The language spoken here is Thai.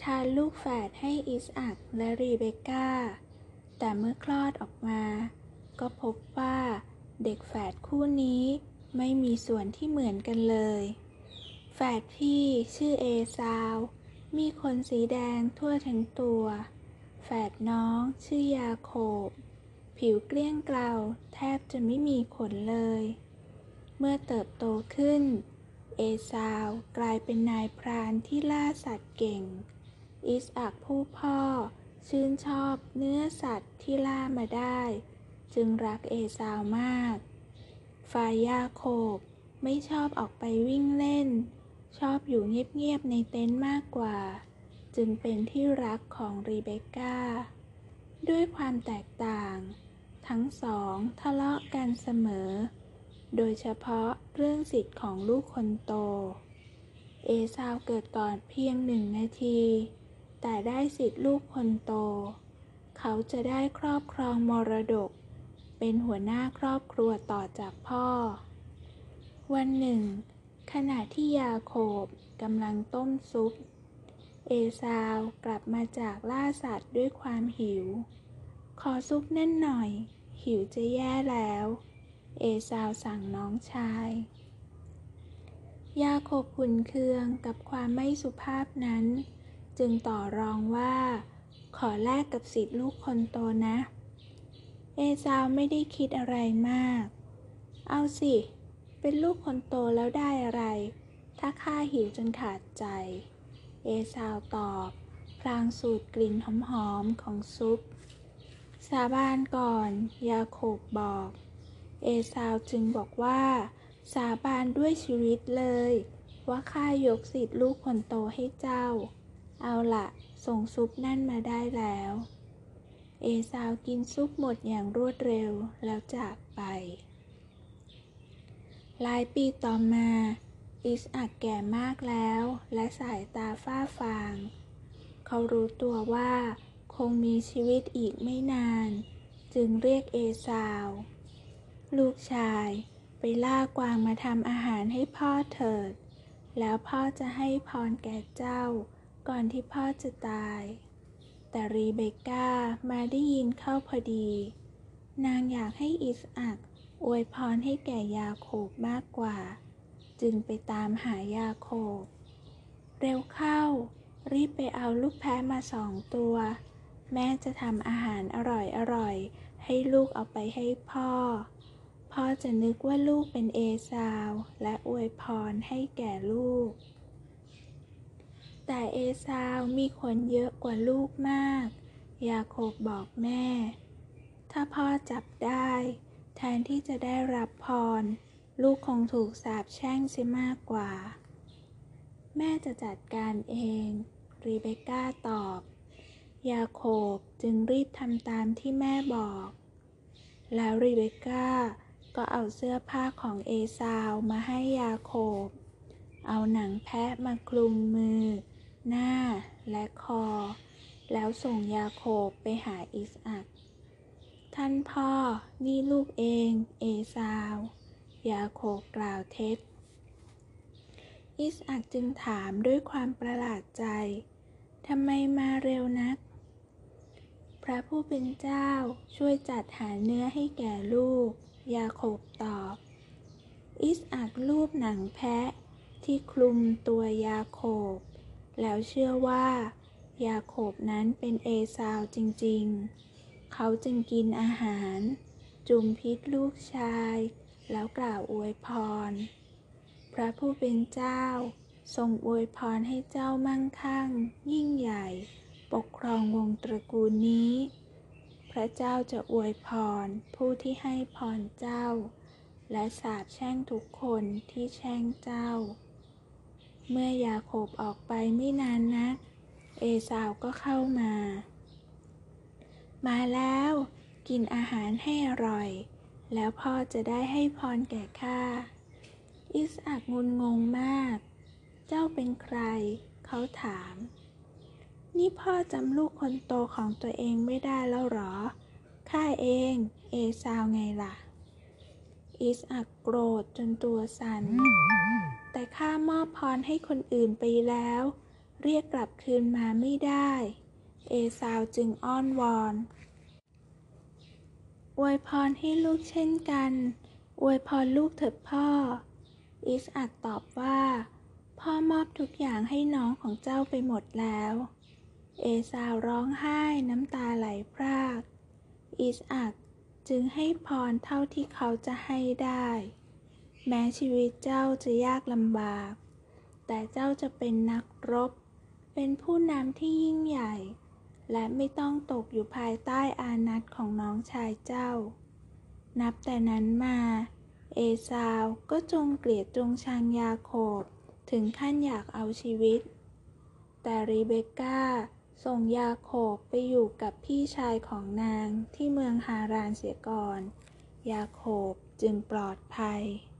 ทานลูกแฝดให้อิสอัคและรีเบคก้าแต่เมื่อคลอดออกมาก็พบว่าเด็กแฝดคู่นี้ไม่มีส่วนที่เหมือนกันเลยแฝดพี่ชื่อเอซาวมีขนสีแดงทั่วทั้งตัวแฝดน้องชื่อยาโคบผิวเกลี้ยงเกลาแทบจะไม่มีขนเลยเมื่อเติบโตขึ้นเอซาวกลายเป็นนายพรานที่ล่าสัตว์เก่งอิสอัคผู้พ่อชื่นชอบเนื้อสัตว์ที่ล่ามาได้จึงรักเอซาวมากฝ่ายยาโคบไม่ชอบออกไปวิ่งเล่นชอบอยู่เงียบๆในเต็นท์มากกว่าจึงเป็นที่รักของรีเบคก้าด้วยความแตกต่างทั้งสองทะเลาะกันเสมอโดยเฉพาะเรื่องสิทธิ์ของลูกคนโตเอซาวเกิดก่อนเพียง1 นาทีแต่ได้สิทธิ์ลูกคนโตเขาจะได้ครอบครองมรดกเป็นหัวหน้าครอบครัวต่อจากพ่อวันหนึ่งขณะที่ยาโคบกำลังต้มซุปเอซาวกลับมาจากล่าสัตว์ด้วยความหิวขอซุปนั่นหน่อยหิวจะแย่แล้วเอซาวสั่งน้องชายยาโคบขุ่นเคืองกับความไม่สุภาพนั้นจึงต่อรองว่าขอแลกกับสิทธิ์ลูกคนโตนะเอซาวไม่ได้คิดอะไรมากเอาสิเป็นลูกคนโตแล้วได้อะไรถ้าข้าหิวจนขาดใจเอซาวตอบพลางสูดกลิ่นหอมๆของซุปสาบานก่อนยาโคบบอกเอซาวจึงบอกว่าสาบานด้วยชีวิตเลยว่าข้ายกสิทธิ์ลูกคนโตให้เจ้าเอาล่ะส่งซุปนั่นมาได้แล้วเอซาวกินซุปหมดอย่างรวดเร็วแล้วจากไปหลายปีต่อมาอิสอัคแก่มากแล้วและสายตาฝ้าฟางเขารู้ตัวว่าคงมีชีวิตอีกไม่นานจึงเรียกเอซาวลูกชายไปล่ากวางมาทำอาหารให้พ่อเถิดแล้วพ่อจะให้พรแก่เจ้าก่อนที่พ่อจะตายแต่รีเบคก้ามาได้ยินเข้าพอดีนางอยากให้อิสอัคอวยพรให้แก่ยาโคบมากกว่าจึงไปตามหายาโคบเร็วเข้ารีบไปเอาลูกแพะมา2 ตัวแม่จะทำอาหารอร่อยๆให้ลูกเอาไปให้พ่อจะนึกว่าลูกเป็นเอซาวและอวยพรให้แก่ลูกแต่เอซาวมีขนเยอะกว่าลูกมากยาโคบบอกแม่ถ้าพ่อจับได้แทนที่จะได้รับพรลูกคงถูกสาปแช่งเสียมากกว่าแม่จะจัดการเองรีเบคก้าตอบยาโคบจึงรีบทำตามที่แม่บอกแล้วรีเบคก้าก็เอาเสื้อผ้าของเอซาวมาให้ยาโคบเอาหนังแพะมาคลุมมือหน้าและคอแล้วส่งยาโคบไปหาอิสอัคท่านพ่อนี่ลูกเองเอซาวยาโคบกล่าวเท็จอิสอัคจึงถามด้วยความประหลาดใจทำไมมาเร็วนักพระผู้เป็นเจ้าช่วยจัดหาเนื้อให้แก่ลูกยาโคบตอบอิสอัคลูบหนังแพะที่คลุมตัวยาโคบแล้วเชื่อว่ายาโคบนั้นเป็นเอซาวจริงๆเขาจึงกินอาหารจุ่มพิษลูกชายแล้วกล่าวอวยพรพระผู้เป็นเจ้าทรงอวยพรให้เจ้ามั่งคั่งยิ่งใหญ่ปกครองวงตระกูลนี้พระเจ้าจะอวยพรผู้ที่ให้พรเจ้าและสาปแช่งทุกคนที่แช่งเจ้าเมื่อยาโคบออกไปไม่นานนักเอซาวก็เข้ามาแล้วกินอาหารให้อร่อยแล้วพ่อจะได้ให้พรแก่ข้าอิสอัคงุนงงมากเจ้าเป็นใครเขาถามนี่พ่อจำลูกคนโตของตัวเองไม่ได้แล้วหรอข้าเองเอซาวไงล่ะอิสอัคโกรธจนตัวสั่นแต่ข้ามอบพรให้คนอื่นไปแล้วเรียกกลับคืนมาไม่ได้ เอซาวจึงอ้อนวอนอวยพรให้ลูกเช่นกันอวยพรลูกเถิดพ่อ อิสอัคตอบว่าพ่อมอบทุกอย่างให้น้องของเจ้าไปหมดแล้ว เอซาวร้องไห้น้ำตาไหลพรากอิสอัคจึงให้พรเท่าที่เขาจะให้ได้ แม้ชีวิตเจ้าจะยากลำบาก แต่เจ้าจะเป็นนักรบ เป็นผู้นำที่ยิ่งใหญ่ และไม่ต้องตกอยู่ภายใต้อานัตของน้องชายเจ้า นับแต่นั้นมา เอซาวก็จงเกลียดจงชังยาโคบถึงขั้นอยากเอาชีวิต แต่รีเบคก้าส่งยาโคบไปอยู่กับพี่ชายของนางที่เมืองฮารานเสียก่อน ยาโคบจึงปลอดภัย